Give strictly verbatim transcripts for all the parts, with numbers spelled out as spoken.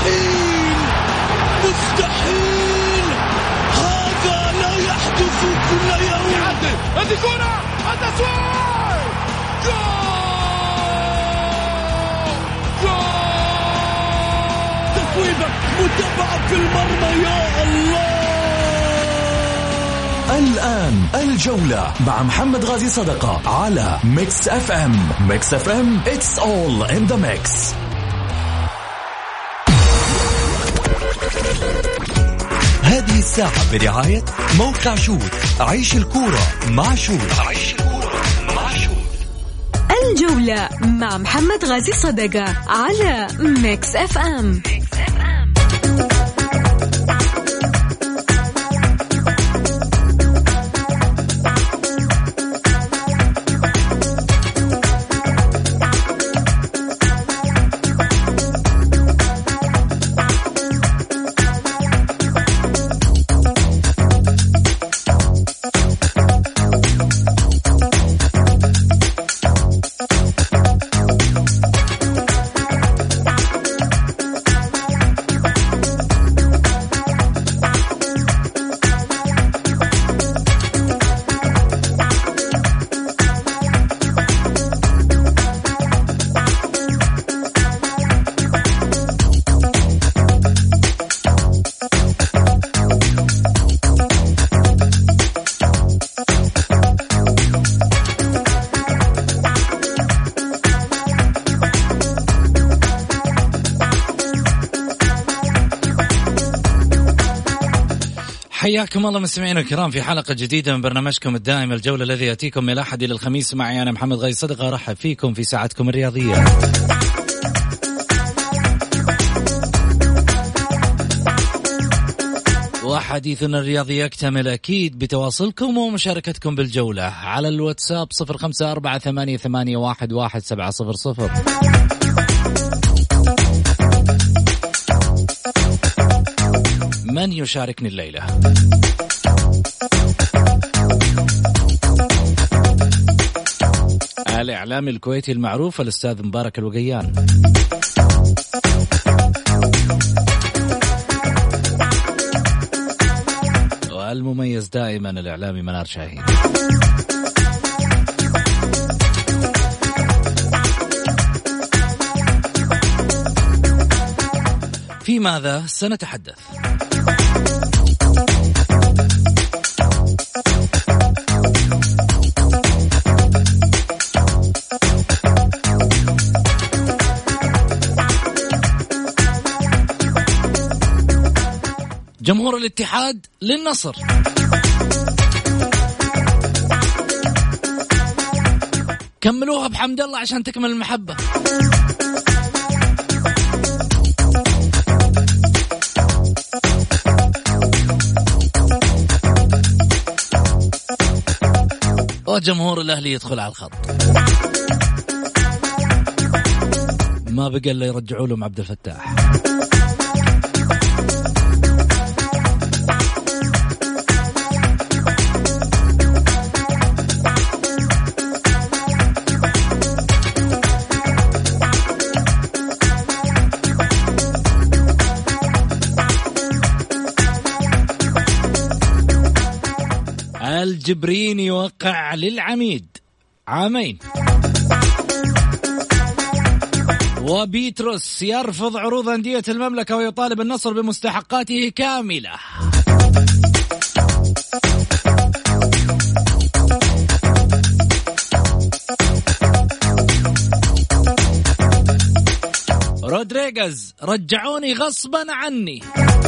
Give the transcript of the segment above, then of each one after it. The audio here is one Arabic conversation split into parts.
مستحيل مستحيل، هذا لا يحدث كل يوم. يعدل هذه كرة التسويق، جول جول، تسويبة متابعة في المرمى، يا الله. الآن الجولة مع محمد غازي صدقة على ميكس اف ام. ميكس اف ام it's all in the mix. هذه الساعة برعاية موقع شوت. عيش الكورة مع شوت. عيش الكورة مع شوت. الجولة مع محمد غازي صدقة على ميكس اف ام. حياكم الله مستمعينا الكرام في حلقة جديدة من برنامجكم الدائم الجولة، الذي يأتيكم من الأحد إلى الخميس معي أنا محمد غازي صدقة. أرحب فيكم في ساعتكم الرياضية. وحديثنا الرياضي يكتمل أكيد بتواصلكم ومشاركتكم بالجولة على الواتساب صفر خمسة أربعة ثمانية ثمانية واحد واحد سبعة صفر صفر. من يشاركني الليلة؟ الإعلامي الكويتي المعروف الأستاذ مبارك الوقيان. والمميز دائما الإعلامي منار شاهين. في ماذا سنتحدث؟ جمهور الاتحاد للنصر. كملوها بحمد الله عشان تكمل المحبة. وجمهور الأهلي يدخل على الخط. ما بقى إلا يرجعوا لهم عبد الفتاح. الجبرين يوقع للعميد عامين. وبيتروس يرفض عروض أندية المملكة ويطالب النصر بمستحقاته كاملة. رودريغاز رجعوني غصبا عني.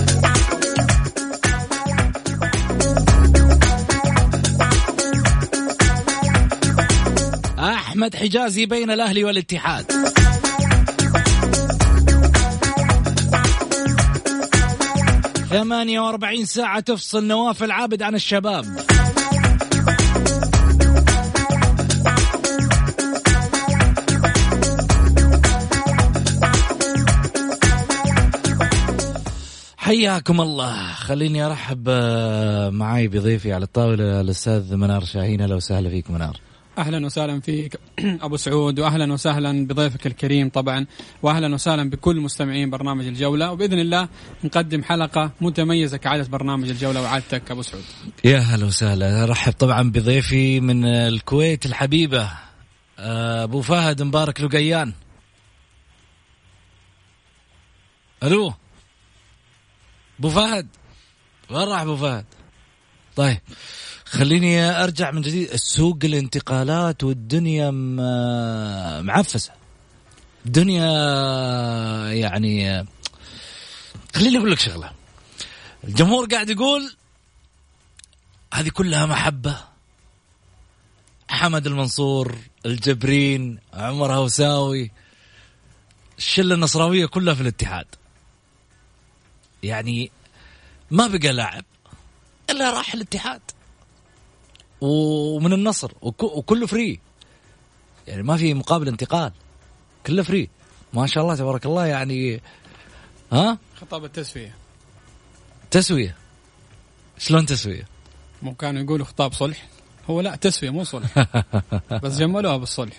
أحمد حجازي بين الأهلي والاتحاد. ثمانية وأربعين ساعة تفصل نواف العابد عن الشباب. حياكم الله. خليني أرحب معاي بضيفي على الطاولة الأستاذ منار شاهين. أهلا وسهلا فيك منار. أهلا وسهلا فيك أبو سعود، وأهلا وسهلا بضيفك الكريم طبعا، وأهلا وسهلا بكل مستمعين برنامج الجولة، وبإذن الله نقدم حلقة متميزة كعادة برنامج الجولة وعادتك أبو سعود. يا هلا وسهلا، رحب طبعا بضيفي من الكويت الحبيبة أبو فهد مبارك لقيان. ألو أبو فهد، وين راح أبو فهد؟ طيب خليني أرجع من جديد. السوق الانتقالات والدنيا معفسة، الدنيا يعني خليني أقول لك شغلة. الجمهور قاعد يقول هذه كلها محبة، حمد المنصور، الجبرين، عمر هوساوي، الشلة النصراوية كلها في الاتحاد، يعني ما بقى لاعب إلا راح الاتحاد ومن النصر وكله فري، يعني ما في مقابل انتقال، كله فري ما شاء الله تبارك الله. يعني ها خطاب التسوية، تسوية شلون تسوية؟ مو كانوا يقولوا خطاب صلح، هو لا تسوية مو صلح بس جملوها بالصلح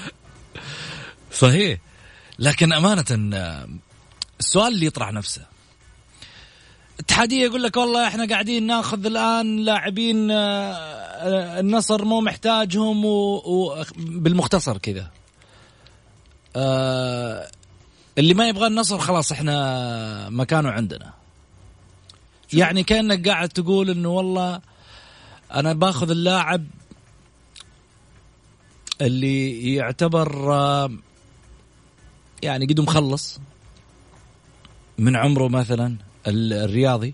صحيح. لكن أمانة السؤال اللي يطرح نفسه، اتحادية يقول لك والله احنا قاعدين ناخذ الآن لاعبين النصر مو محتاجهم، وبالمختصر كذا اللي ما يبغى النصر خلاص احنا مكانه عندنا. يعني كأنك قاعد تقول انه والله انا باخذ اللاعب اللي يعتبر يعني قد مخلص من عمره مثلا الرياضي،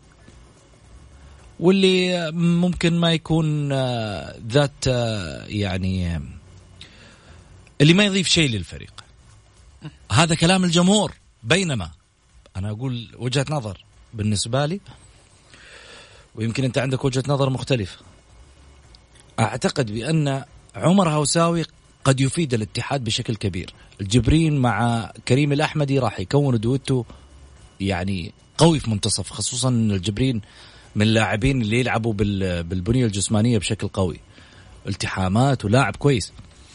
واللي ممكن ما يكون ذات يعني اللي ما يضيف شيء للفريق. هذا كلام الجمهور، بينما أنا أقول وجهة نظر بالنسبة لي، ويمكن أنت عندك وجهة نظر مختلفة. أعتقد بأن عمر هوساوي قد يفيد الاتحاد بشكل كبير. الجبرين مع كريم الأحمدي راح يكونوا دويتو يعني قوي في منتصف، خصوصا الجبرين من اللاعبين اللي يلعبوا بالبنية الجسمانية بشكل قوي، التحامات ولاعب كويس.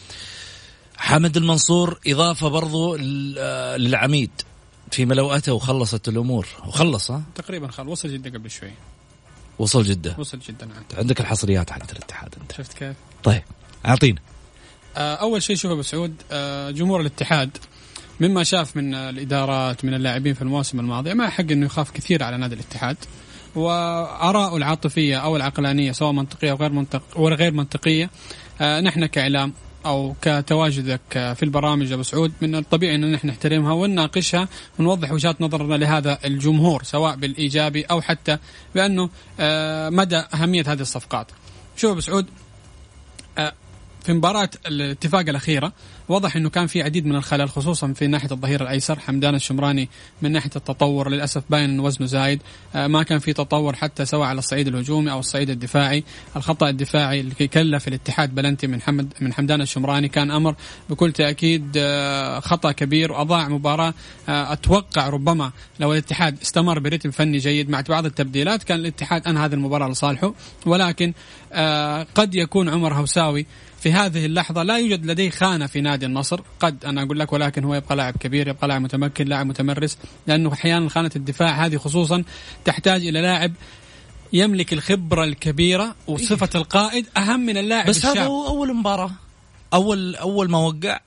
حمد المنصور إضافة برضو للعميد في ملوءته وخلصت الأمور وخلص ها تقريبا خلص، وصل جدة قبل شوي، وصل جدة وصل جدة نعم. عندك الحصريات على الاتحاد انت شفت كيف؟ طيب أعطينا. أول شيء شوف أبو سعود، جمهور الاتحاد مما شاف من الإدارات من اللاعبين في المواسم الماضية ما حق إنه يخاف كثير على نادي الاتحاد، وآراء العاطفية أو العقلانية سواء منطقية أو غير منطق ولا غير منطقية، آه نحن كإعلام أو كتواجدك في البرامج أبو سعود من الطبيعي أن نحن نحترمها ونناقشها ونوضح وجهات نظرنا لهذا الجمهور سواء بالإيجابي أو حتى بأنه آه مدى أهمية هذه الصفقات. شوف أبو سعود، آه في مباراة الاتفاق الأخيرة وضح أنه كان في عديد من الخلل، خصوصا في ناحية الظهير الأيسر. حمدان الشمراني من ناحية التطور للأسف باين أنه وزنه زايد، ما كان في تطور حتى سواء على الصعيد الهجومي أو الصعيد الدفاعي. الخطأ الدفاعي اللي كلف الاتحاد بلنتي من حمد من حمدان الشمراني كان أمر بكل تأكيد خطأ كبير وأضاع مباراة. أتوقع ربما لو الاتحاد استمر برتم فني جيد مع بعض التبديلات كان الاتحاد أنهى هذه المباراة لصالحه، ولكن قد يكون عمر هوساوي في هذه اللحظة لا يوجد لديه خانة في نادي النصر، قد أنا أقول لك، ولكن هو يبقى لاعب كبير، يبقى لاعب متمكن، لاعب متمرس، لأنه أحيانا خانة الدفاع هذه خصوصا تحتاج إلى لاعب يملك الخبرة الكبيرة وصفة القائد أهم من اللاعب بس الشاب. هذا هو أول مباراة، أول أول ما وقع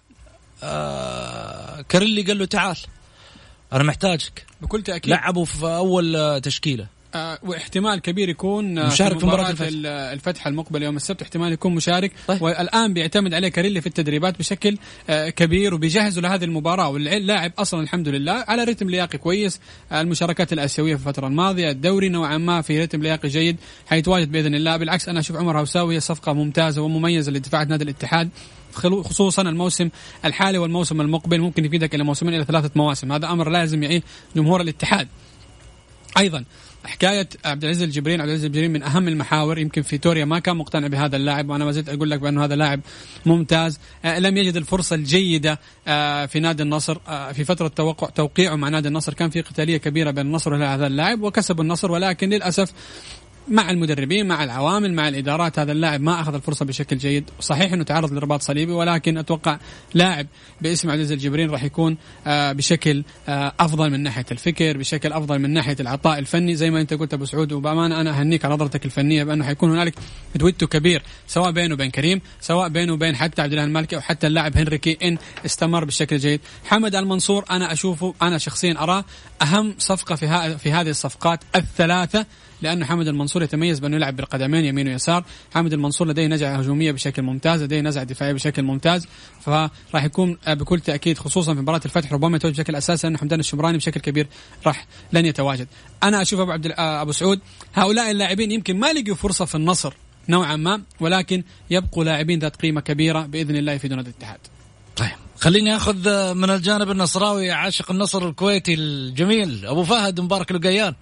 آه كاريلي قال له تعال أنا محتاجك بكل تأكيد، لعبوا في أول تشكيلة. آه واحتمال كبير يكون مشارك في مباراة الفتح. الفتح المقبل يوم السبت احتمال يكون مشارك. طيب. والآن بيعتمد عليه كاريلي في التدريبات بشكل آه كبير وبيجهزوا لهذه المباراة، واللاعب أصلا الحمد لله على رتم لياقي كويس. آه المشاركات الآسيوية في الفترة الماضية، الدوري نوعا ما في رتم لياقي جيد، حيتواجد بإذن الله. بالعكس أنا أشوف عمر هوساوي صفقة ممتازة ومميزة لدفاع نادي الاتحاد، خصوصا الموسم الحالي والموسم المقبل ممكن يفيدك إلى موسمين إلى ثلاثة مواسم. هذا أمر لازم يعيه جمهور الاتحاد. أيضا حكاية عبد العزيز الجبرين، عبد العزيز الجبرين من أهم المحاور. يمكن فيتوريا ما كان مقتنع بهذا اللاعب، وأنا ما زلت أقول لك بأنه هذا لاعب ممتاز. آه لم يجد الفرصة الجيدة آه في نادي النصر. آه في فترة توقع توقيعه مع نادي النصر كان في قتالية كبيرة بين النصر وهذا اللاعب، وكسب النصر، ولكن للأسف مع المدربين مع العوامل مع الإدارات هذا اللاعب ما أخذ الفرصة بشكل جيد. صحيح أنه تعرض لرباط صليبي، ولكن أتوقع لاعب باسم عبد العزيز الجبرين راح يكون بشكل أفضل من ناحية الفكر، بشكل أفضل من ناحية العطاء الفني زي ما أنت قلت أبو سعود. وبأمانة أنا أهنيك على نظرتك الفنية بأنه حيكون هنالك دويتو كبير سواء بينه وبين كريم، سواء بينه وبين حتى عبد الله المالكي أو حتى اللاعب هنريكي إن استمر بشكل جيد. حمد المنصور أنا أشوفه أنا شخصيا أراه أهم صفقة في في هذه الصفقات الثلاثة، لأنه حمد المنصور يتميز بأنه يلعب بالقدمين يمين ويسار. حمد المنصور لديه نزعة هجومية بشكل ممتاز، لديه نزعة دفاعية بشكل ممتاز، فراح يكون بكل تأكيد خصوصا في مباراة الفتح ربما يتواجد بشكل أساسي، لأنه حمدان الشمراني بشكل كبير راح لن يتواجد. أنا أشوف أبو عبد أبو سعود هؤلاء اللاعبين يمكن ما لقوا فرصة في النصر نوعا ما، ولكن يبقوا لاعبين ذات قيمة كبيرة بإذن الله في نادي الاتحاد. طيب خليني أخذ من الجانب النصراوي عاشق النصر الكويتي الجميل أبو فهد مبارك لقيان.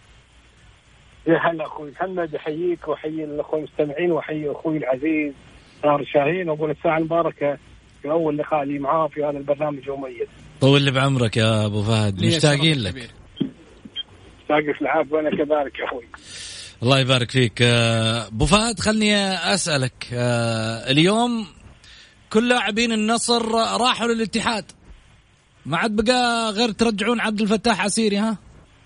يا هلا أخوي محمد، أحييك وأحيي الأخوة المستمعين وأحيي أخوي العزيز نار شاهين، وأقول الساعة المباركة في أول لقاء لي معاه في هذا البرنامج المميز. طول لي بعمرك يا أبو فهد، مشتاقين لك. مشتاق في العافية وأنا كذلك يا أخوي. الله يبارك فيك أبو فهد. خلني أسألك، اليوم كل لاعبين النصر راحوا للاتحاد، ما عاد بقى غير ترجعون عبد الفتاح عسيري. ها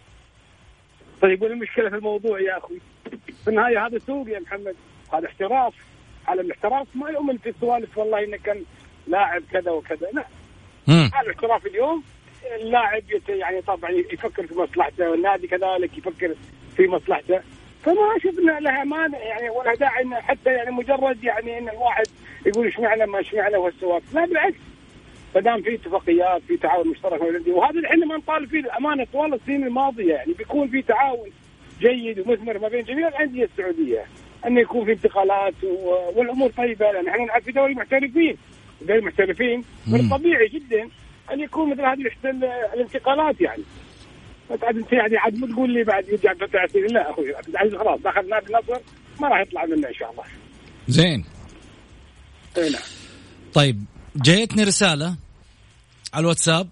طيب والمشكلة في الموضوع يا أخوي في النهاية هذا سوق يا محمد، هذا احتراف. على الاحتراف ما يؤمن في السوالف والله إنه كان لاعب كذا وكذا، لا. هذا الاحتراف اليوم اللاعب يعني طبعا يفكر في مصلحته، والنادي كذلك يفكر في مصلحته، فما شفنا لها مانع يعني ولا داعي إن حتى يعني مجرد يعني إن الواحد يقول إيش معنى ما إيش معنى والسواق، لا بالعكس، فدام في اتفاقيات في تعاون مشترك وهذا الحين ما نطالب فيه الأمانة طوال السنين الماضية، يعني بيكون في تعاون جيد ومثمر ما بين جميع الأندية السعودية، أن يكون في انتقالات والأمور طيبة، لأن احنا نلعب في دوري محترفين، دوري محترفين من الطبيعي جدا أن يكون مثل هذه الانتقالات يعني. بعد انت يعني عاد مو تقول لي بعد يرجع فتح عسيري، لا أخوي عايز خلاص دخل نادي النصر ما راح يطلع منه إن شاء الله. زين. هنا. طيب جايتني رسالة على الواتساب،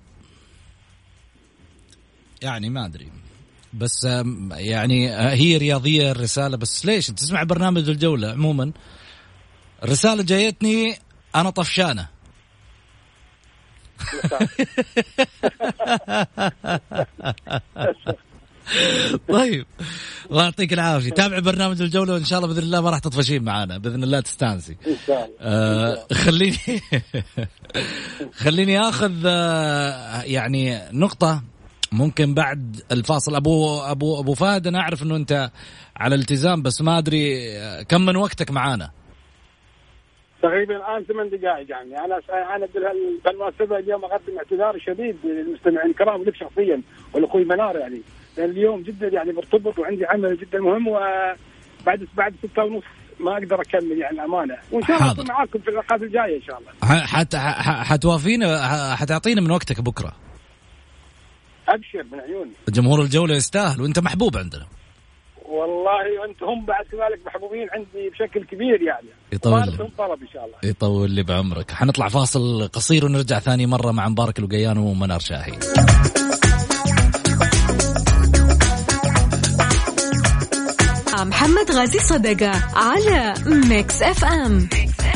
يعني ما أدري بس يعني هي رياضية الرسالة، بس ليش تسمع برنامج الجولة عموما. الرسالة جايتني أنا طفشانة. طيب الله يعطيك العافية، تابع برنامج الجولة وإن شاء الله بإذن الله ما راح تطفشين معانا بإذن الله، تستانسي إن شاء الله. آه خليني خليني أخذ آه يعني نقطة ممكن بعد الفاصل. أبو أبو أبو فهد أنا أعرف إنه أنت على التزام، بس ما أدري كم من وقتك معانا. تقريبا الآن ثمان دقائق يعني. أنا أنا بالمناسبة اليوم أقدم اعتذار شديد للمستمعين الكرام ولك شخصيا ولأخوي منار، يعني لأن اليوم جدا يعني مرتبط وعندي عمل جدا مهم، وبعد بعد ستة ونص ما أقدر أكمل يعني أمانة، وإن شاء الله أكون معاكم في الحلقات الجاية إن شاء الله. حت حتوافينا حتعطينا من وقتك بكرة. أبشر من عيوني. جمهور الجولة يستاهل وأنت محبوب عندنا. والله وانت هم بعد كذلك محبوبين عندي بشكل كبير يعني. يطول طلب ان شاء الله. يطول لي بعمرك. حنطلع فاصل قصير ونرجع ثاني مرة مع مبارك لقيان ومنار شاهين. محمد غازي صدقة على ميكس اف ام.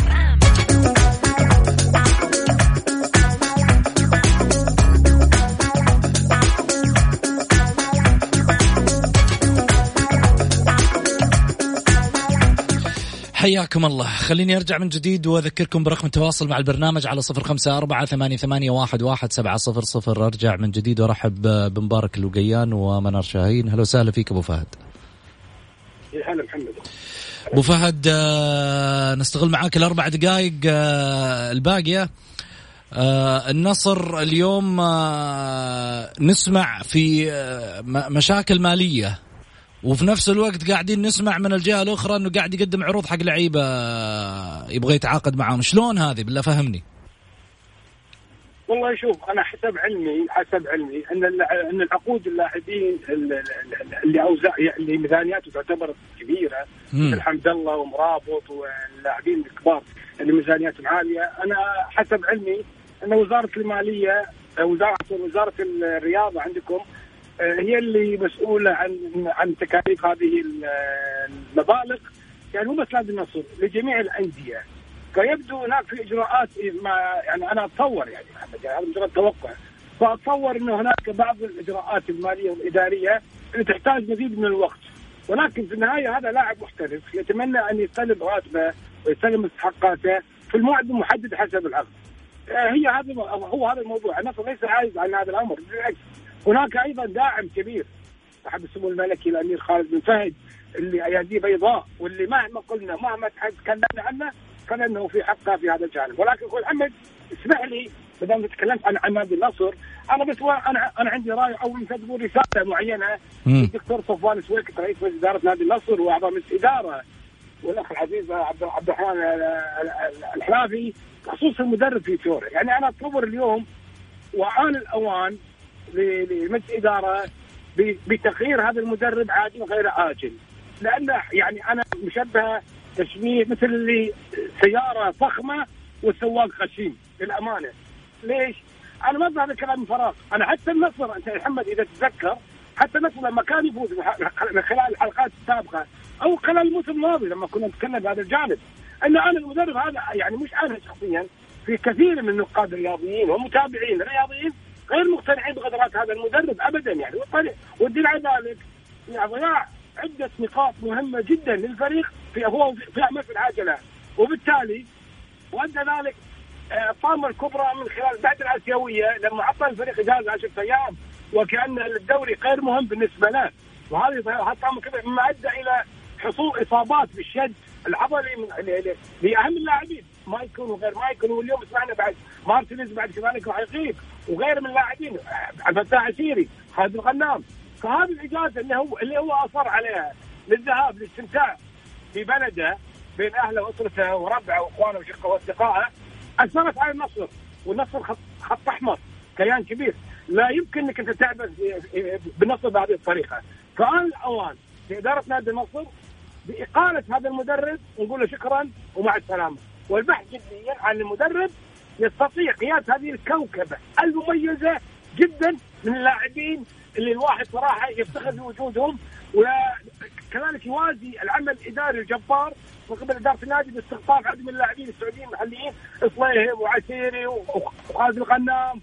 حياكم الله. خليني أرجع من جديد وأذكركم برقم التواصل مع البرنامج على صفر خمسة أربعة ثمانية ثمانية واحد واحد سبعة صفر صفر. أرجع من جديد وأرحب بمبارك اللقيان ومنار شاهين. هلا وسهلا فيك أبو فهد. هلا محمد. أبو فهد آه نستغل معاك الأربع دقائق آه الباقية. آه النصر اليوم آه نسمع في آه مشاكل مالية، وفي نفس الوقت قاعدين نسمع من الجهة الأخرى أنه قاعد يقدم عروض حق لعيبة يبغى يتعاقد معهم. شلون هذه بالله فهمني؟ والله شوف أنا حسب علمي حسب علمي أن أن العقود اللاعبين اللي أوزع اللي ميزانياته تعتبر كبيرة مثل حمد الله ومرابط واللاعبين الكبار اللي ميزانياتهم عالية، أنا حسب علمي أن وزارة المالية وزارة وزارة الرياضة عندكم هي اللي مسؤولة عن عن تكاليف هذه المبالغ، يعني مو بس نادي النصر، لجميع الأندية. فيبدو هناك في إجراءات، ما يعني أنا أتصور يعني محمد، يعني هذا مجرد توقع، فأتصور إنه هناك بعض الإجراءات المالية والإدارية اللي تحتاج مزيد من الوقت. ولكن في النهاية هذا لاعب محترف يتمنى أن يستلم راتبه ويستلم مستحقاته في الموعد المحدد حسب العقد. هي هذا هو هذا الموضوع. النصر ليس عايز عن هذا الأمر، بالعكس هناك أيضا داعم كبير صاحب السمو الملكي الأمير خالد بن فهد اللي أياديه بيضاء، واللي مهما قلنا مهما تكلمنا عنه كان أنه في حقه في هذا الجانب. ولكن أخوي محمد اسمح لي ما دام تكلمت عن عن نادي النصر، أنا بس أنا أنا عندي رأي أو من تقول رسالة معينة للدكتور صفوان سويكت رئيس مجلس إدارة نادي النصر وأعضاء مجلس الإدارة والأخ العزيز عبد عبد الرحمن الحلافي بخصوص المدرب في فيوري. يعني أنا أتصور اليوم وآن الأوان لمجلس إدارة بتغيير هذا المدرب عاجل غير آجل، لأن يعني أنا مشبه تشبيه مثل اللي سيارة فخمة والسواق خشين للأمانة. ليش؟ أنا ما بهذا الكلام من فراغ. أنا حتى النصر أنت محمد إذا تتذكر حتى النصر لما كان يفوز من خلال الحلقات السابقة أو خلال الموسم الماضي لما كنا نتكلم بهذا الجانب، أن أنا المدرب هذا يعني مش أنا شخصيا، في كثير من النقاد الرياضيين ومتابعين الرياضيين غير مقتنعين بقدرات هذا المدرب أبدا. يعني والدليل على ذلك يعني ضياع عدة نقاط مهمة جدا للفريق في هو في أعمال في العجلة، وبالتالي وأدى ذلك الطامة الكبرى من خلال بعد الآسيوية لما عطى الفريق إجازة عشرة أيام وكأن الدوري غير مهم بالنسبة له، وهذه الطامة كبرى مما أدى إلى حصول إصابات بالشد العضلي من لأهم اللاعبين ما يكونوا غير ما يكونوا. واليوم سمعنا بعد مارتينيز بعد كذلك راح يغيب وغير من اللاعبين عبد الفتاح السيري خالد الغنام. فهذه الإجازة اللي هو اللي هو أصر عليها للذهاب للاستمتاع في بلده بين أهله وأسرته وربعه وإخوانه وشقه وأصدقائه أثرت على النصر. والنصر خط, خط أحمر كيان كبير لا يمكن أنك أنت تعبث بالنصر بهذه الطريقة. فآن الأوان في إدارة نادي النصر بإقالة هذا المدرب ونقول له شكرا ومع السلامة، والبحث جديا عن المدرب يستطيع قيادة هذه الكوكبة المميزة جدا من اللاعبين اللي الواحد صراحة يفتخر بوجودهم، وكذلك يوازي العمل الإداري الجبار من قبل إدارة النادي باستقطاب عدد من اللاعبين السعوديين المحليين صليهب وعسيري وخالد الغنام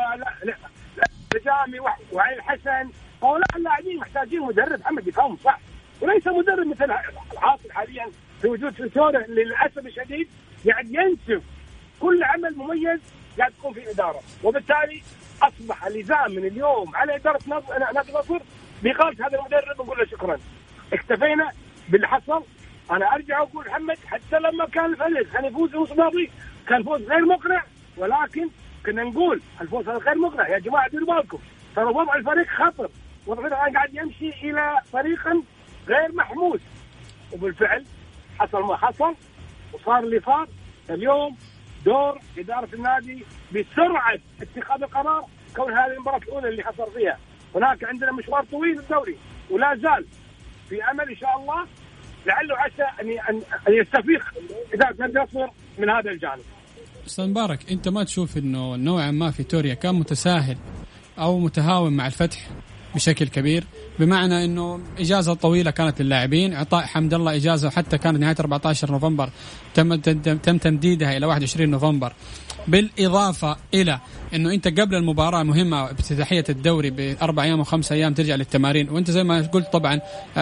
ولجامي وعلي الحسن. هؤلاء اللاعبين محتاجين مدرب محمد يفهم صح، وليس مدرب مثل الحاصل حاليا في وجود فيتوريا اللي للأسف الشديد يعني ينسف كل عمل مميز قاعد تكون في الإدارة. وبالتالي أصبح اللزام من اليوم على إدارة نادي النصر بإقالة هذا المدرب ونقول له شكرا، اكتفينا باللي حصل. أنا أرجع أقول محمد حتى لما كان الفريق كان يفوز الموسم الماضي كان فوز غير مقنع، ولكن كنا نقول الفوز هذا غير مقنع يا جماعة ديروا بالكم ترى وضع الفريق خطر، وضع الفريق قاعد يمشي إلى طريقا غير محمود. وبالفعل حصل ما حصل وصار اللي صار. اليوم دور إدارة النادي بسرعة اتخاذ القرار كون هذه المباراة الأولى اللي خسر فيها. هناك عندنا مشوار طويل الدوري ولا زال في أمل إن شاء الله لعله عسى أن أن يستفيق إدارة نادي النصر من هذا الجانب. أستاذ مبارك أنت ما تشوف إنه نوعا ما فيتوريا كان متساهل أو متهاون مع الفتح بشكل كبير، بمعنى انه اجازه طويله كانت للاعبين، اعطاء حمد الله اجازه حتى كانت نهايه أربعة عشر نوفمبر تم تم تمديدها الى واحد وعشرين نوفمبر، بالاضافه الى انه انت قبل المباراه المهمه بافتتاحيه الدوري باربع ايام وخمس ايام ترجع للتمارين. وانت زي ما قلت طبعا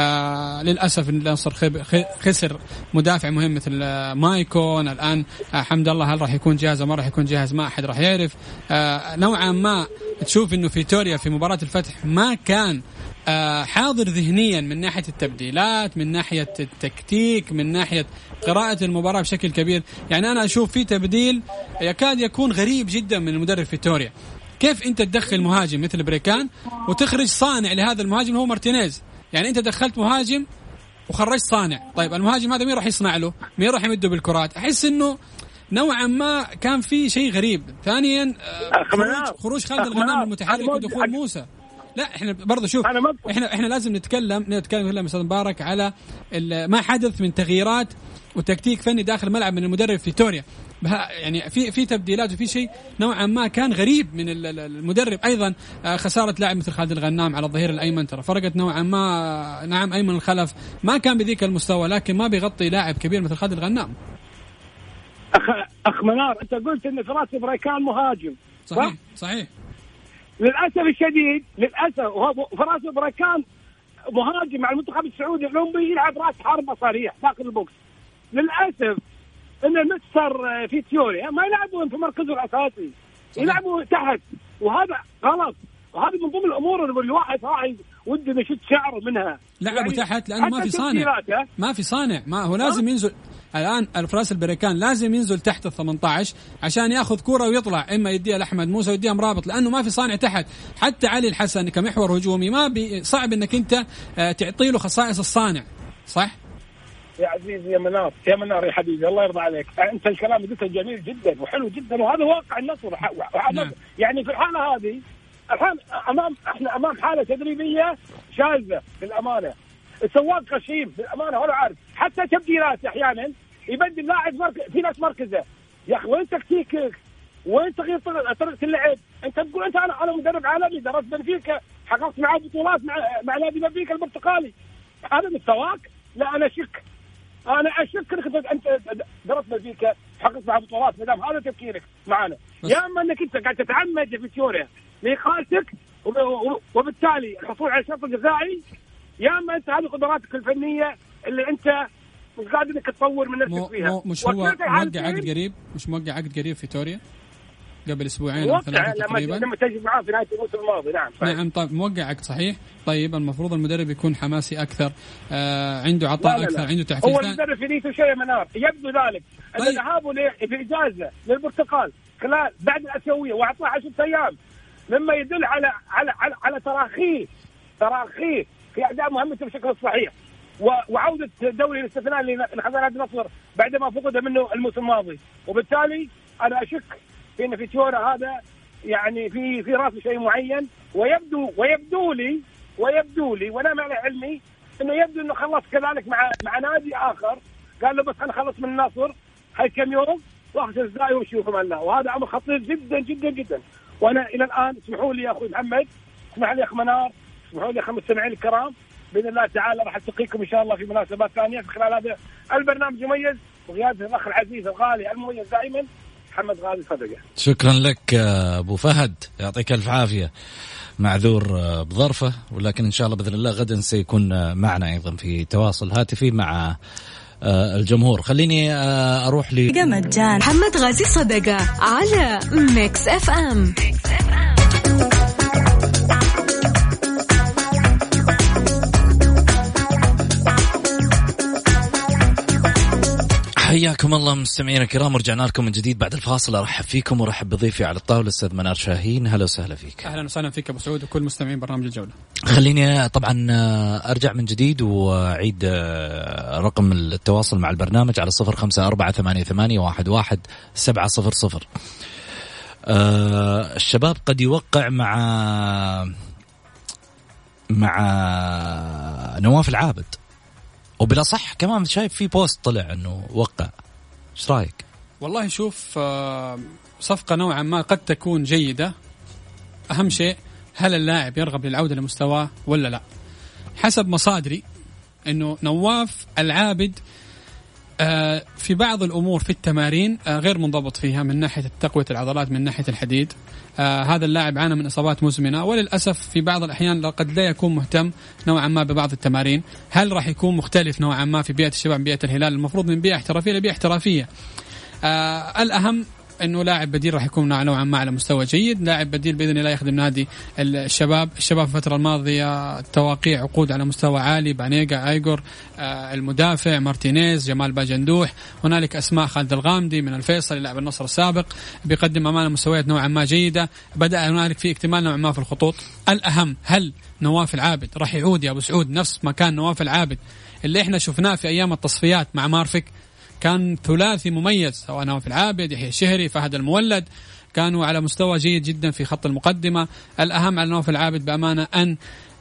آه للاسف النصر خسر مدافع مهم مثل مايكون. الان آه حمد الله هل راح يكون جاهز ما راح يكون جاهز ما احد راح يعرف. آه نوعا ما تشوف انه فيتوريا في مباراه الفتح ما كان آه حاضر ذهنيا من ناحيه التبديلات، من ناحيه التكتيك، من ناحيه قراءه المباراه بشكل كبير. يعني انا اشوف في تبديل يكاد يكون غريب جدا من المدرب فيتوريا. كيف انت تدخل مهاجم مثل بريكان وتخرج صانع لهذا المهاجم هو مارتينيز؟ يعني انت دخلت مهاجم وخرجت صانع، طيب المهاجم هذا مين راح يصنع له؟ مين راح يمده بالكرات؟ احس انه نوعا ما كان في شيء غريب. ثانيا خروج, خروج خالد الغنام المتحرك ودخول موسى. لا احنا برضه شوف احنا احنا لازم نتكلم نتكلم كلام استاذ مبارك على ما حدث من تغييرات وتكتيك فني داخل الملعب من المدرب فيتوريا. يعني في في تبديلات وفي شيء نوعا ما كان غريب من المدرب. أيضا خسارة لاعب مثل خالد الغنام على الظهير الأيمن ترى فرقت نوعا ما. نعم أيمن الخلف ما كان بذيك المستوى، لكن ما بيغطي لاعب كبير مثل خالد الغنام. أخ أخ منار، أنت قلت إن فراس بريكان مهاجم. صحيح صحيح. للأسف الشديد للأسف فراس بريكان مهاجم مع المنتخب السعودي الأولمبي يلعب راس حربة صريح داخل البوكس. للأسف إن المستر في تيوريا ما يلعبون في مركزه الأساسي، يلعبوا تحت، وهذا غلط. وهذه من ضمن الأمور اللي الواحد راعي ودي نشد شعره منها. لعبوا يعني تحت لأنه ما في صانع، ما في صانع، ما هو لازم ينزل الآن. الفراس البريكان لازم ينزل تحت ال ثمانية عشر عشان ياخذ كرة ويطلع، إما يديها لأحمد موسى ويديها مرابط، لأنه ما في صانع تحت. حتى علي الحسن كمحور هجومي ما بي صعب إنك أنت تعطي له خصائص الصانع. صح يا عزيزي يا منار، يا منار يا حبيبي الله يرضى عليك، أنت الكلام قلته جميل جدا وحلو جدا، وهذا واقع النصر. نعم. يعني في الحالة هذه الحين أمام إحنا أمام حالة تدريبية شاذة بالأمانة. السواق غشيم بالأمانة ولا عارف حتى تبديلات أحيانا يبدل لاعب مركز في ناس مركزه. يا أخي وين تكتيكك؟ وين تغيير طريقة اللعب؟ أنت تقول أنت أنا أنا مدرب عالمي درست بنفيكا حققت معاه بطولات مع مع نادي بنفيكا البرتقالي، هذا مستواك؟ لا أنا أشك أنا أشك إنك أنت درست بنفيكا حققت معاه بطولات ما دام هذا تفكيرك معنا. يا أما إنك أنت قاعد تتعمد في تيوريا لإقالتك وبالتالي الحصول على الشرط الجزائي، يا اما انت هذه قدراتك الفنيه اللي انت مش قادر انك تطور من نفسك فيها. مش هو موقع عقد قريب؟ مش موقع عقد قريب في توريا قبل اسبوعين او ثلاثه تقريبا لما تجي معاه في نهايه الموسم الماضي. نعم صحيح. نعم طيب موقع عقد صحيح. طيب المفروض المدرب يكون حماسي اكثر، آه عنده عطاء لا لا اكثر لا. عنده تحفيز. هو المدرب في نيته شيء منار يبدو ذلك. طيب. ان ذهابه في اجازه للبرتقال خلال بعد الاسيويه واعطاه عشرة ايام مما يدل على على على, على تراخيه تراخيه في اداء مهمته بشكل صحيح، وعوده الدوري الاستثنائي اللي اخذ نادي النصر بعدما فقد منه الموسم الماضي. وبالتالي انا اشك في ان في تيورا هذا يعني في في راسه شيء معين، ويبدو ويبدو لي ويبدو لي وانا مع علمي انه يبدو انه خلص كذلك مع مع نادي اخر، قال له بس انا خلص من النصر هاي كم يوم واخذ ازاي وشوفهم الله، وهذا امر خطير جدا جدا جدا. وانا الى الان اسمحوا لي يا اخوي محمد، اسمح لي يا اخ منار، اسمحوا لي يا اخ المستمعين الكرام، باذن الله تعالى راح التقيكم ان شاء الله في مناسبات ثانيه في خلال هذا البرنامج المميز وقياده الاخ العزيز الغالي المميز دائما محمد غازي صدقه. شكرا لك ابو فهد، يعطيك الف عافيه. معذور بظرفه، ولكن ان شاء الله باذن الله غدا سيكون معنا ايضا في تواصل هاتفي مع الجمهور. خليني اروح ل محمد غازي صدقه على ميكس اف ام. حياكم الله مستمعينا الكرام، ورجعنا لكم من جديد بعد الفاصل. ارحب فيكم ورحب بضيفي على الطاوله الاستاذ منار شاهين. هلا وسهلا فيك. اهلا وسهلا فيك ابو سعود وكل مستمعين برنامج الجوله. خليني طبعا ارجع من جديد واعيد رقم التواصل مع البرنامج على صفر خمسة أربعة ثمانية ثمانية واحد واحد سبعة صفر صفر. الشباب قد يوقع مع مع نواف العابد، وبلا صح كمان شايف في بوست طلع انه وقع. ايش رايك؟ والله شوف، صفقه نوعا ما قد تكون جيده. اهم شيء هل اللاعب يرغب للعوده لمستواه ولا لا. حسب مصادري انه نواف العابد في بعض الامور في التمارين غير منضبط فيها من ناحيه تقويه العضلات، من ناحيه الحديد. آه هذا اللاعب عانى من إصابات مزمنة، وللأسف في بعض الأحيان قد لا يكون مهتم نوعا ما ببعض التمارين. هل راح يكون مختلف نوعا ما في بيئة الشباب بيئة الهلال؟ المفروض من بيئة احترافية لبيئة احترافية. آه الأهم انه لاعب بديل راح يكون نوعا ما على مستوى جيد. لاعب بديل باذن الله يخدم نادي الشباب. الشباب في الفتره الماضيه توقيع عقود على مستوى عالي، بانيجا، ايجور، آه المدافع مارتينيز، جمال باجندوح، هنالك اسماء خالد الغامدي من الفيصل لاعب النصر السابق بيقدم امانه مستويات نوعا ما جيده. بدا هنالك في اكتمال نوعا ما في الخطوط. الاهم هل نواف العابد راح يعود يا ابو سعود نفس ما كان نواف العابد اللي احنا شفناه في ايام التصفيات مع مارفك؟ كان ثلاثي مميز، سواء نواف العابد، يحيى الشهري، فهد المولد، كانوا على مستوى جيد جدا في خط المقدمة. الأهم على نواف العابد بأمانة أن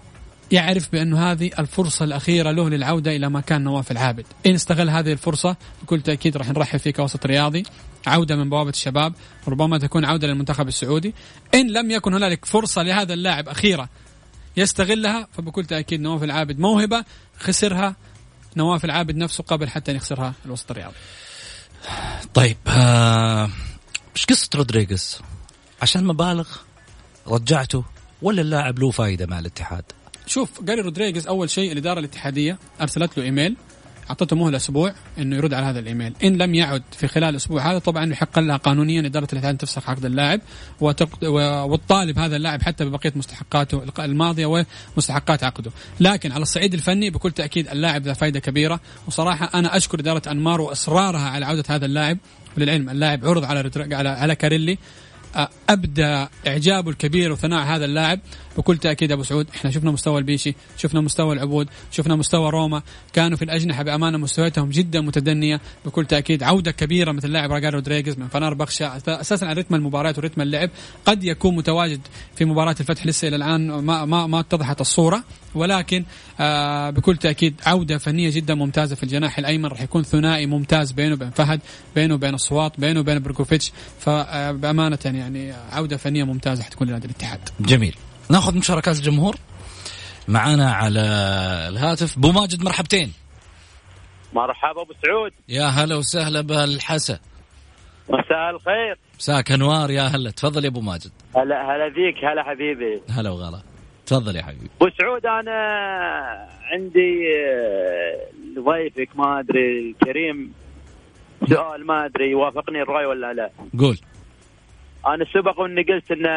يعرف بأنه هذه الفرصة الأخيرة له للعودة إلى مكان نواف العابد. إن استغل هذه الفرصة بكل تأكيد راح نرحب فيه كوسط رياضي، عودة من بوابة الشباب، ربما تكون عودة للمنتخب السعودي. إن لم يكن هنالك فرصة لهذا اللاعب أخيرة يستغلها، فبكل تأكيد نواف العابد موهبة خسرها نواف العابد نفسه قبل حتى يخسرها الوسط الرياضي. طيب آه، مش قصة رودريغيز؟ عشان مبالغ رجعته ولا اللاعب له فايدة مع الاتحاد؟ شوف جاري رودريغيز أول شيء الإدارة الاتحادية أرسلت له إيميل، أعطته مهلة أسبوع إنه يرد على هذا الإيميل. إن لم يعد في خلال الأسبوع هذا طبعا يحق لها قانونيا إدارة الاتحاد تفسخ عقد اللاعب وتطالب هذا اللاعب حتى ببقية مستحقاته الماضية ومستحقات عقده. لكن على الصعيد الفني بكل تأكيد اللاعب ذا فائدة كبيرة، وصراحة أنا أشكر إدارة أنمار وإصرارها على عودة هذا اللاعب. وللعلم اللاعب عرض على على على كاريلي، أبدأ إعجابه الكبير وثناء هذا اللاعب. بكل تأكيد أبو سعود إحنا شفنا مستوى البيشي، شفنا مستوى العبود، شفنا مستوى روما، كانوا في الأجنحة بأمانة مستوياتهم جدا متدنية. بكل تأكيد عودة كبيرة مثل لاعب راجال رودريغيز من فنار بخشة، أساسا على رتم المباريات ورتم اللعب قد يكون متواجد في مباراة الفتح، لسه إلى الآن ما ما ما اتضحت الصورة، ولكن آه بكل تأكيد عودة فنية جدا ممتازة في الجناح الأيمن. راح يكون ثنائي ممتاز بينه وبين فهد، بينه وبين الصوات، بينه وبين بركوفيتش، فبأمانة يعني عودة فنية ممتازة حتكون لنادي الاتحاد. جميل. ناخذ مشاركات الجمهور معانا على الهاتف. بو ماجد مرحبتين. مرحبا ابو سعود. يا هلا وسهلا بالحسا. مساء الخير. مساك انوار. يا هلا، تفضل يا ابو ماجد. هلا هلا فيك. هلا حبيبي. هلا وغلا. تفضل يا حبيبي. ابو سعود انا عندي ضيفك ما ادري كريم سؤال ما ادري يوافقني الراي ولا لا. قول. انا سبق واني قلت ان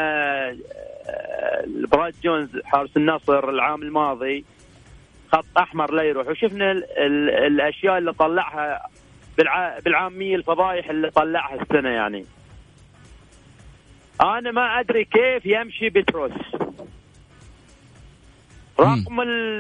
براد جونز حارس النصر العام الماضي خط احمر لا يروح، وشفنا ال ال الاشياء اللي طلعها بالع بالعاميه الفضايح اللي طلعها السنه. يعني انا ما ادري كيف يمشي بتروس رغم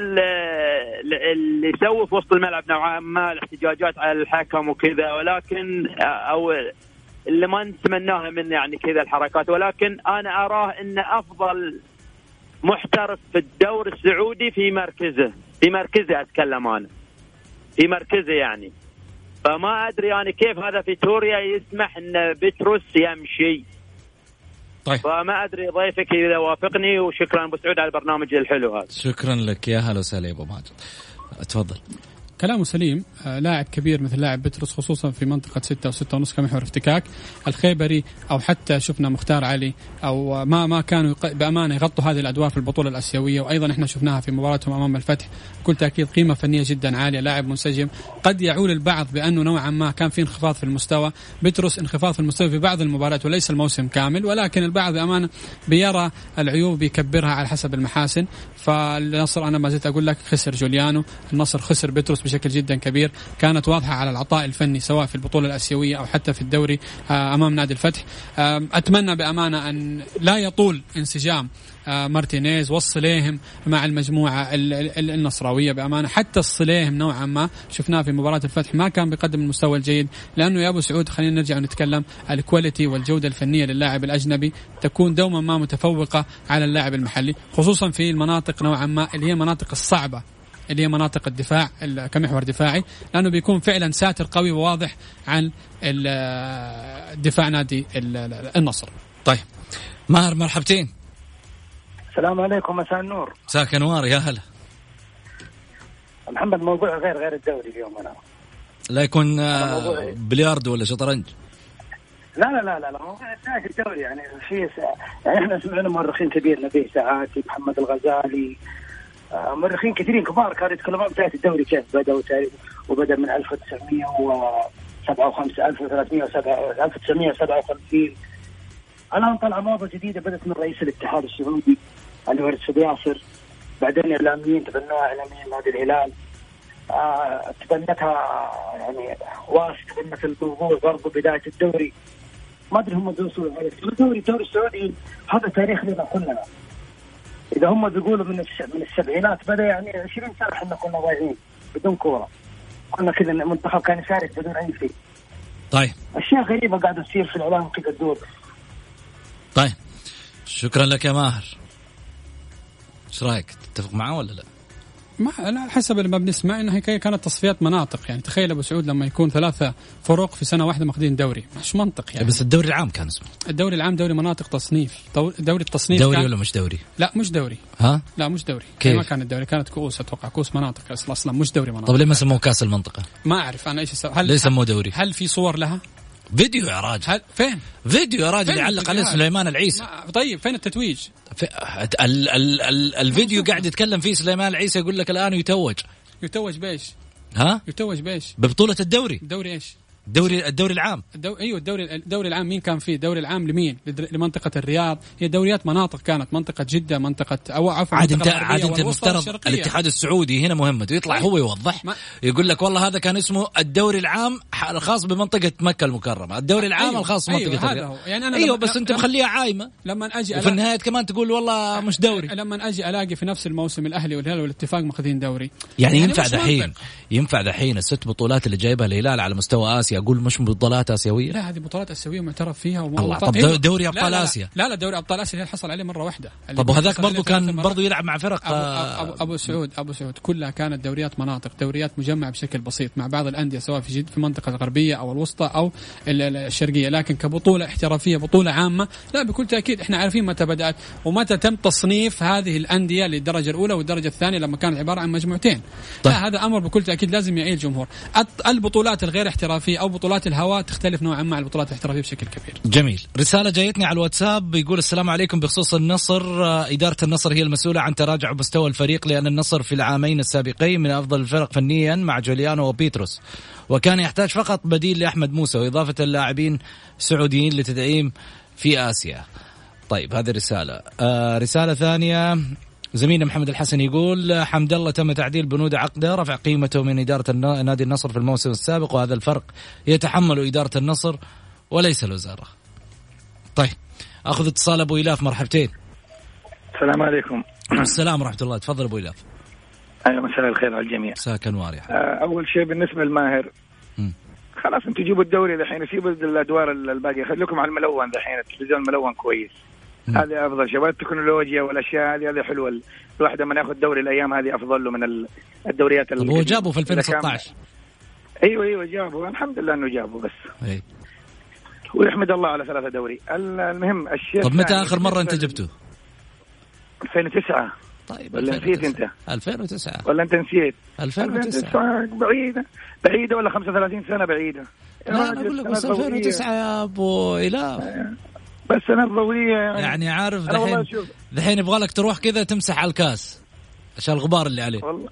اللي يسوي في وسط الملعب نوعا ما الاحتجاجات على الحكم وكذا، ولكن او اللي ما نتمناها من يعني كذا الحركات، ولكن أنا أراه إن أفضل محترف في الدوري السعودي في مركزه في مركزه أتكلم أنا في مركزه يعني. فما أدري يعني كيف هذا فيتوريا يسمح إن بتروس يمشي. طيب. فما أدري ضيفك إذا وافقني، وشكرا أبو سعود على البرنامج الحلو هذا. شكرا لك. يا هلا وسهلا يا أبو ماجد. تفضل. كلامه سليم. آه لاعب كبير مثل لاعب بتروس خصوصا في منطقة ستة وستة ونص كمحور افتكاك. الخيبري أو حتى شفنا مختار علي أو ما ما كانوا بأمانة يغطوا هذه الأدوار في البطولة الآسيوية، وأيضا إحنا شفناها في مباراتهم أمام الفتح. بكل تأكيد قيمة فنية جدا عالية، لاعب منسجم. قد يعول البعض بأنه نوعا ما كان في انخفاض في المستوى، بتروس انخفاض في المستوى في بعض المباريات وليس الموسم كامل، ولكن البعض بأمانة بيرى العيوب بيكبرها على حسب المحاسن. فالنصر أنا ما زلت أقول لك خسر جوليانو، النصر خسر بتروس بشكل جدا كبير، كانت واضحة على العطاء الفني سواء في البطولة الآسيوية أو حتى في الدوري أمام نادي الفتح. أتمنى بأمانة أن لا يطول انسجام مارتينيز والصليهم مع المجموعة النصراوية. بأمانة حتى الصليهم نوعا ما شفناه في مباراة الفتح ما كان بيقدم المستوى الجيد، لأنه يا أبو سعود خلينا نرجع ونتكلم الكواليتي والجودة الفنية للاعب الأجنبي تكون دوما ما متفوقة على اللاعب المحلي، خصوصا في المناطق نوعا ما اللي هي مناطق الصعبة اللي هي مناطق الدفاع كمحور دفاعي، لأنه بيكون فعلا ساتر قوي وواضح عن الدفاع نادي النصر. طيب ماهر مرحبتين. السلام عليكم. مساء النور. مساك انوار. يا هلا محمد. موضوع غير غير الدوري اليوم. أنا لا يكون بلياردو ولا شطرنج. لا لا لا لا, لا. موضوع الدوري يعني في يعني احنا سمعنا مؤرخين كبير نبيه ساعاتي محمد الغزالي مؤرخين كثيرين كبار كانوا يتكلمون بداية الدوري كيف بدأ وبدأ من ألف وتسعمية وسبعة وخمسين ألف وثلاثمية وسبعة ألف وتسعمية وسبعة وخمسين. الآن طلع موضة جديدة بدأت من رئيس الاتحاد السعودي اللي هو رشيد ياسر، بعدين الإعلاميين تبنوها إعلاميين نادي الهلال، آه تبنتها يعني واس تبنت الموضوع برضو بداية الدوري. ما أدري هم دوسوا على الدوري. الدوري السعودي هذا تاريخ لنا كلنا. إذا هم بيقولوا من من السبعينات بدأ يعني عشرين سنة إحنا كنا ضايعين بدون كورة، كنا كذا المنتخب كان يشارك بدون أي شيء. طيب أشياء غريبة قاعدة تصير في الإعلام كذا تدور. طيب شكرا لك يا ماهر. ايش رايك؟ تتفق معه ولا لا؟ ما على حسب اللي ما بنسمع انها كانت تصفيات مناطق. يعني تخيل ابو سعود لما يكون ثلاثه فرق في سنه واحده ماخذين دوري، مش منطق يعني. بس الدوري العام كان اسمه الدوري العام دوري مناطق تصنيف. دوري التصنيف دوري كان... ولا مش دوري؟ لا مش دوري. ها لا مش دوري. كيف؟ ما كان الدوري، كانت كؤوس اتوقع، كؤوس مناطق اصلا مش دوري مناطق. طب ليه ما سموه كاس المنطقه؟ ما اعرف انا ايش سو... هل ليه سموه دوري؟ هل في صور لها؟ فيديو يا راجل. هل... فين فيديو يا راجل يعلق عليه سليمان العيسى. ما... طيب فين التتويج؟ في... ال... ال... ال... الفيديو قاعد يتكلم فيه سليمان العيسى يقول لك الان يتوج. يتوج بايش؟ ها؟ يتوج بايش؟ ببطولة الدوري. الدوري ايش؟ الدوري الدوري العام. الدو... ايوه الدوري الدوري العام مين كان فيه؟ الدوري العام لمين؟ لمنطقة الرياض. هي دوريات مناطق كانت، منطقة جدة، منطقة او عفوا عاد انت عاد انت المفترض الاتحاد السعودي هنا مهمته يطلع هو يوضح ما... يقول لك والله هذا كان اسمه الدوري العام الخاص بمنطقة مكة المكرمة، الدوري العام أيوة. الخاص بمنطقة أيوة الرياض. يعني أنا ايوه لما... بس انت مخليها عايمة لما اجي وفي النهاية كمان تقول والله مش دوري. لما اجي الاقي في نفس الموسم الاهلي والهلال والاتفاق ماخذين دوري، يعني, يعني ينفع دحين ينفع دحين الست بطولات اللي جايبها الهلال على مستوى اسيا اقول مش بطولات اسيويه؟ لا هذه بطولات اسيويه معترف فيها. الله. طب دوري ابطال اسيا؟ لا لا دوري ابطال اسيا اللي حصل عليه مره واحده. طب وهذاك برضو كان برضو يلعب مع فرق أبو, أبو, ابو سعود ابو سعود كلها كانت دوريات مناطق، دوريات مجمعه بشكل بسيط مع بعض الانديه سواء في جد في المنطقه الغربيه او الوسطى او الشرقيه، لكن كبطوله احترافيه بطوله عامه لا بكل تاكيد احنا عارفين متى بدات ومتى تم تصنيف هذه الانديه للدرجه الاولى والدرجه الثانيه لما كانت عباره عن مجموعتين. طيب. لا هذا امر بكل تاكيد لازم يعي الجمهور. البطولات الغير احترافيه او بطولات الهواء تختلف نوعا ما عن البطولات الاحترافيه بشكل كبير. جميل. رساله جايتني على الواتساب بيقول السلام عليكم بخصوص النصر، اداره النصر هي المسؤوله عن تراجع مستوى الفريق لان النصر في العامين السابقين من افضل الفرق فنيا مع جوليانو وبيتروس، وكان يحتاج فقط بديل لاحمد موسى واضافه اللاعبين سعوديين لتدعيم في اسيا. طيب هذه رساله. آه رساله ثانيه زميلنا محمد الحسن يقول حمد الله تم تعديل بنود عقده رفع قيمته من إدارة نادي النصر في الموسم السابق، وهذا الفرق يتحمل إدارة النصر وليس الوزارة. طيب أخذ اتصال أبو إلاف، مرحبتين. السلام عليكم. السلام ورحمة الله، تفضل أبو إلاف. أيوة مساء الخير على الجميع. مساك أنوار. أول شيء بالنسبة للماهر خلاص انتوا جيبوا الدوري دحين، سيبوا الأدوار الباقية، خليكم على الملون دحين، التلفزيون الملون كويس. هذه أفضل شيء، والتكنولوجيا والأشياء هذه هذه حلوة. الواحد من يأخذ دوري الأيام هذه أفضل له من الدوريات. طب هو جابوا في ألفين وستة عشر. أيوة أيوة جابوا، الحمد لله إنه جابوا بس. أي. ويحمد الله على ثلاثة دوري. المهم الشيء. طب متى آخر مرة أنت جبته؟ ألفين وتسعة. طيب ولا نسيت أنت؟ ألفين وتسعة. ولا أنت نسيت؟ ألفين وتسعة. بعيدة بعيدة ولا خمسة وثلاثين سنة بعيدة. لا أنا أقول لك بس ألفين وتسعة يا أبو إلاف. بس أنا الضوئية يعني, يعني عارف دحين دحين يبغى لك تروح كذا تمسح على الكاس عشان الغبار اللي عليه. والله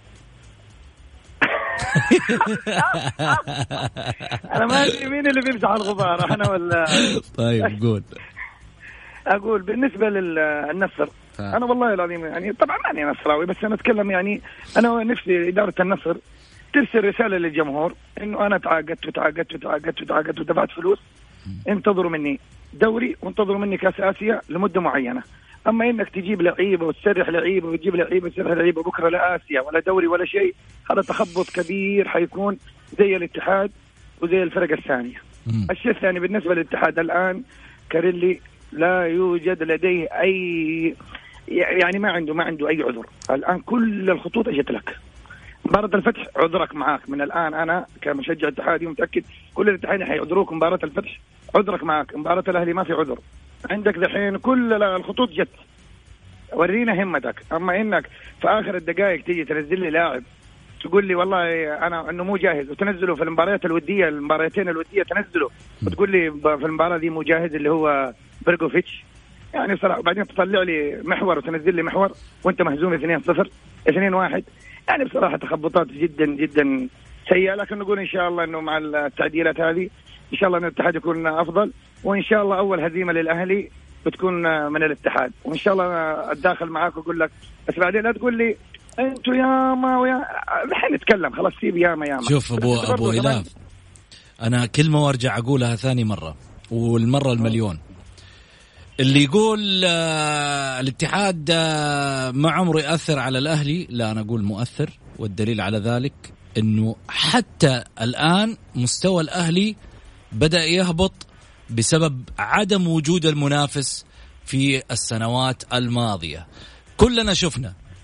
أنا ما أدري مين اللي بيمسح الغبار، أنا ولا. طيب قول. أقول بالنسبة للنصر أنا والله العظيم يعني طبعا ماني نصراوي بس أنا أتكلم يعني أنا نفسي إدارة النصر ترسل رسالة للجمهور إنه أنا تعاقدت وتعاقدت وتعاقدت وتعاقدت ودفعت فلوس، انتظروا مني دوري وانتظروا مني كاس آسيا لمدة معينة. أما إنك تجيب لعيبة وتسرح لعيبة وتجيب لعيبة وتسرح لعيبة بكرة لا آسيا ولا دوري ولا شيء، هذا تخبط كبير حيكون زي الاتحاد وزي الفرق الثانية. الشيء الثاني بالنسبة للاتحاد الآن كاريلي لا يوجد لديه أي يعني ما عنده ما عنده أي عذر الآن، كل الخطوط أجت لك. مباراة الفتح عذرك معاك من الآن، أنا كمشجع اتحادي متأكد كل الاتحاد حيعذروك. مباراة الفتح عذرك معاك، مباراة الأهلي ما في عذر عندك دحين، كل الخطوط جت. ورينا همتك. أما إنك في آخر الدقائق تيجي تنزل لي لاعب تقول لي والله أنا إنه مو جاهز، وتنزله في المباريات الودية المباراتين الودية تنزله وتقول لي في المباراة دي مو جاهز اللي هو برغوفيتش، يعني صراحة. بعدين تطلع لي محور وتنزل لي محور وأنت مهزوم اثنين صفر اثنين واحد، يعني بصراحة تخبطات جدا جدا سيئة. لكن نقول إن شاء الله إنه مع التعديلات هذه إن شاء الله إن الاتحاد يكون أفضل، وإن شاء الله أول هزيمة للأهلي بتكون من الاتحاد، وإن شاء الله أتداخل معاك وأقول لك. بس بعدين لا تقول لي أنتوا ياما ويا الحين نتكلم خلاص سيب ياما ياما. شوف أبو أبو إلاف، أنا كلمة وارجع أقولها ثاني مرة والمرة المليون، اللي يقول آه الاتحاد آه ما عمره يأثر على الأهلي، لا أنا أقول مؤثر، والدليل على ذلك أنه حتى الآن مستوى الأهلي بدأ يهبط بسبب عدم وجود المنافس في السنوات الماضية. كلنا شفنا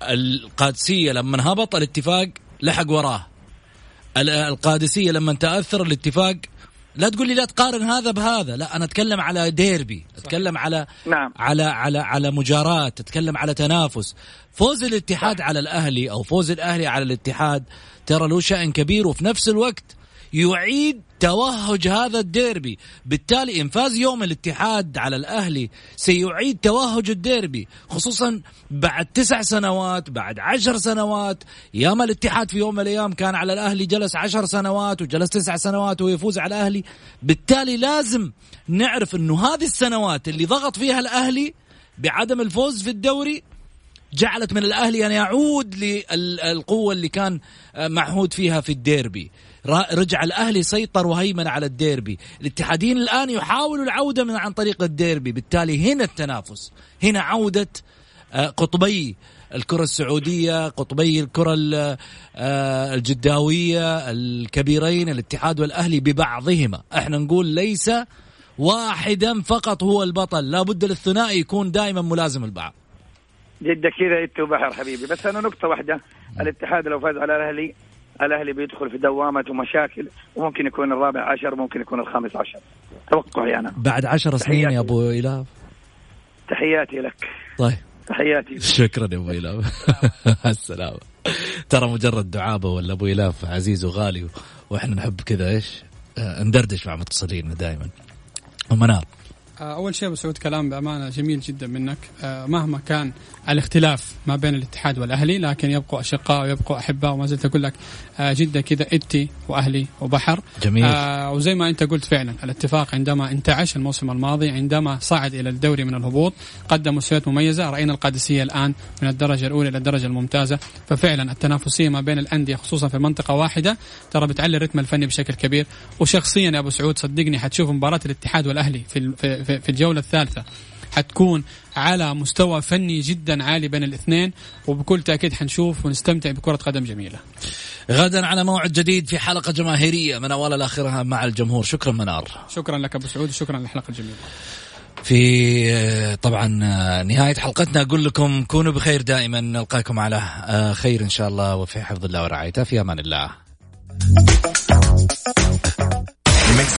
القادسية لما هبط الاتفاق لحق وراه، القادسية لما تأثر الاتفاق. لا تقول لي لا تقارن هذا بهذا، لا أنا أتكلم على ديربي، أتكلم على نعم. على على على مجاراة، أتكلم على تنافس. فوز الاتحاد على الأهلي أو فوز الأهلي على الاتحاد ترى له شأن كبير، وفي نفس الوقت يعيد توهج هذا الديربي. بالتالي إن فاز يوم الاتحاد على الأهلي سيعيد توهج الديربي، خصوصا بعد تسع سنوات بعد عشر سنوات. ياما الاتحاد في يوم من الأيام كان على الأهلي جلس عشر سنوات وجلس تسع سنوات ويفوز على الأهلي. بالتالي لازم نعرف أنه هذه السنوات اللي ضغط فيها الأهلي بعدم الفوز في الدوري جعلت من الأهلي أن يعود للقوة اللي كان معهود فيها في الديربي. رجع الأهلي سيطر وهيمن على الديربي. الاتحادين الآن يحاولوا العودة من عن طريق الديربي. بالتالي هنا التنافس، هنا عودة قطبي الكرة السعودية، قطبي الكرة الجداوية الكبيرين الاتحاد والأهلي ببعضهما. احنا نقول ليس واحدا فقط هو البطل، لابد للثنائي يكون دائما ملازم البعض. جدا كذا انت وبحر حبيبي. بس انا نقطة واحدة، الاتحاد لو فاز على الأهلي الأهلي بيدخل في دوامة ومشاكل، وممكن يكون الرابع عشر ممكن يكون الخامس عشر، توقعي أنا بعد عشر سنين يا أبو إيلاف. تحياتي لك. طيب تحياتي. شكرا يا أبو إيلاف. السلام. ترى مجرد دعابة ولا أبو إيلاف عزيز وغالي، وإحنا نحب كذا إيش ندردش مع متصلين دائما. ومنار، أول شيء بسعود كلام بأمانة جميل جدا منك. مهما كان الاختلاف ما بين الاتحاد والأهلي لكن يبقوا أشقاء ويبقوا أحباء. وما زلت أقول لك جدة كذا إتي وأهلي وبحر. جميل. آه وزي ما أنت قلت فعلا الاتفاق عندما انتعش الموسم الماضي، عندما صعد إلى الدوري من الهبوط قدم مستويات مميزة. رأينا القادسية الآن من الدرجة الأولى إلى الدرجة الممتازة. ففعلا التنافسية ما بين الأندية خصوصا في منطقة واحدة ترى بتعلي الرتم الفني بشكل كبير. وشخصيا يا أبو سعود صدقني حتشوف مباراة الاتحاد والأهلي في في في الجولة الثالثة حتكون على مستوى فني جدا عالي بين الاثنين، وبكل تأكيد حنشوف ونستمتع بكرة قدم جميلة. غدا على موعد جديد في حلقة جماهيرية من أولها لآخرها مع الجمهور. شكرا منار. شكرا لك أبو سعود وشكرا للحلقة الجميلة. في طبعا نهاية حلقتنا أقول لكم كونوا بخير دائما، نلقاكم على خير إن شاء الله وفي حفظ الله ورعايته. في أمان الله.